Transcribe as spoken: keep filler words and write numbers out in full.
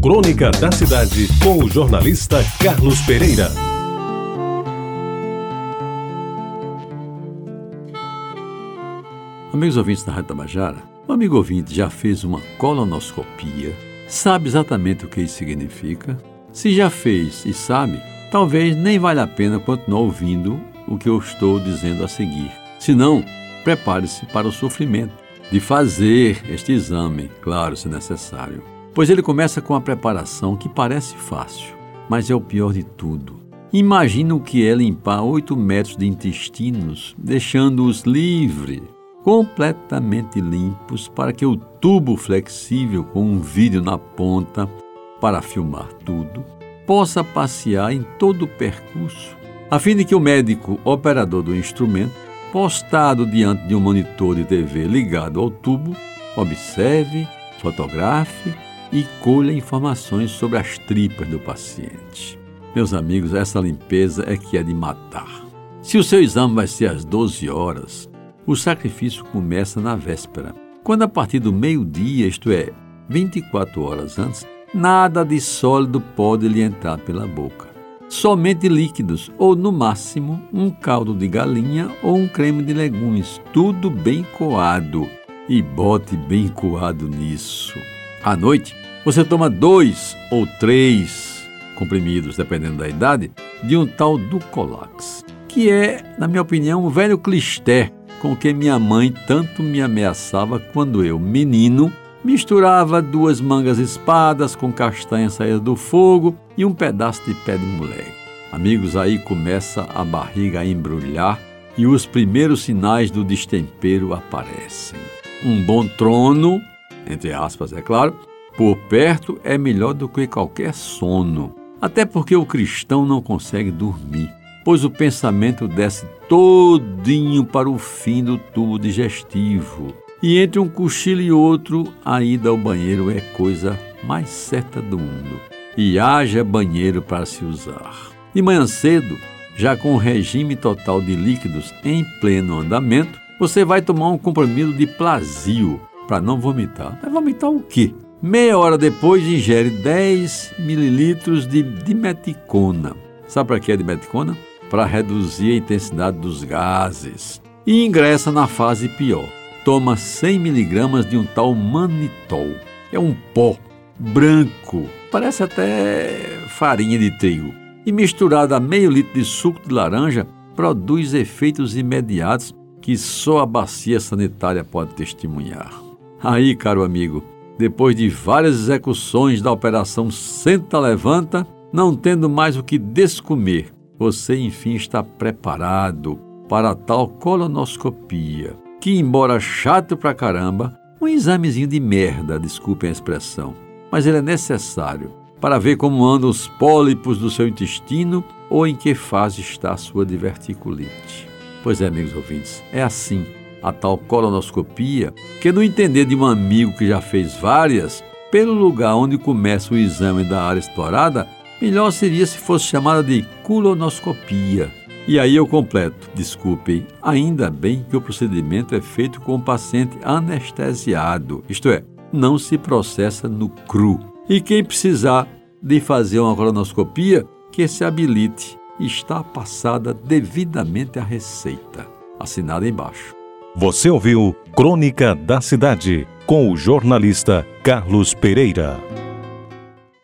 Crônica da Cidade, com o jornalista Carlos Pereira. Amigos ouvintes da Rádio Tabajara, o amigo ouvinte já fez uma colonoscopia? Sabe exatamente o que isso significa? Se já fez e sabe, talvez nem vale a pena continuar ouvindo o que eu estou dizendo a seguir. Se não, prepare-se para o sofrimento de fazer este exame, claro, se necessário. Pois ele começa com uma preparação que parece fácil, mas é o pior de tudo. Imagina o que é limpar oito metros de intestinos, deixando-os livres, completamente limpos, para que o tubo flexível com um vídeo na ponta para filmar tudo possa passear em todo o percurso, a fim de que o médico operador do instrumento, postado diante de um monitor de T V ligado ao tubo, observe, fotografe e colha informações sobre as tripas do paciente. Meus amigos, essa limpeza é que é de matar. Se o seu exame vai ser às doze horas, o sacrifício começa na véspera, quando a partir do meio-dia, isto é, vinte e quatro horas antes, nada de sólido pode lhe entrar pela boca. Somente líquidos, ou no máximo, um caldo de galinha ou um creme de legumes, tudo bem coado. E bote bem coado nisso. À noite, você toma dois ou três comprimidos, dependendo da idade, de um tal Dulcolax, que é, na minha opinião, um velho clister com que minha mãe tanto me ameaçava quando eu, menino, misturava duas mangas espadas com castanha saída do fogo e um pedaço de pé de moleque. Amigos, aí começa a barriga a embrulhar e os primeiros sinais do destempero aparecem. Um bom trono, entre aspas, é claro, por perto é melhor do que qualquer sono. Até porque o cristão não consegue dormir, pois o pensamento desce todinho para o fim do tubo digestivo. E entre um cochilo e outro, a ida ao banheiro é coisa mais certa do mundo. E haja banheiro para se usar. De manhã cedo, já com o regime total de líquidos em pleno andamento, você vai tomar um comprimido de Plasio para não vomitar. Vai vomitar o quê? Meia hora depois, ingere dez mililitros de dimeticona. Sabe para que é dimeticona? Para reduzir a intensidade dos gases. E ingressa na fase pior. Toma cem miligramas de um tal manitol. É um pó branco, parece até farinha de trigo. E misturado a meio litro de suco de laranja, produz efeitos imediatos que só a bacia sanitária pode testemunhar. Aí, caro amigo, depois de várias execuções da operação senta-levanta, não tendo mais o que descomer, você enfim está preparado para a tal colonoscopia, que, embora chato pra caramba, um examezinho de merda, desculpem a expressão, mas ele é necessário para ver como andam os pólipos do seu intestino ou em que fase está a sua diverticulite. Pois é, amigos ouvintes, é assim, a tal colonoscopia, que no entender de um amigo que já fez várias, pelo lugar onde começa o exame da área explorada, melhor seria se fosse chamada de colonoscopia. E aí eu completo, desculpem, ainda bem que o procedimento é feito com o paciente anestesiado, isto é, não se processa no cru. E quem precisar de fazer uma colonoscopia, que se habilite, está passada devidamente a receita. Assinada embaixo. Você ouviu Crônica da Cidade, com o jornalista Carlos Pereira.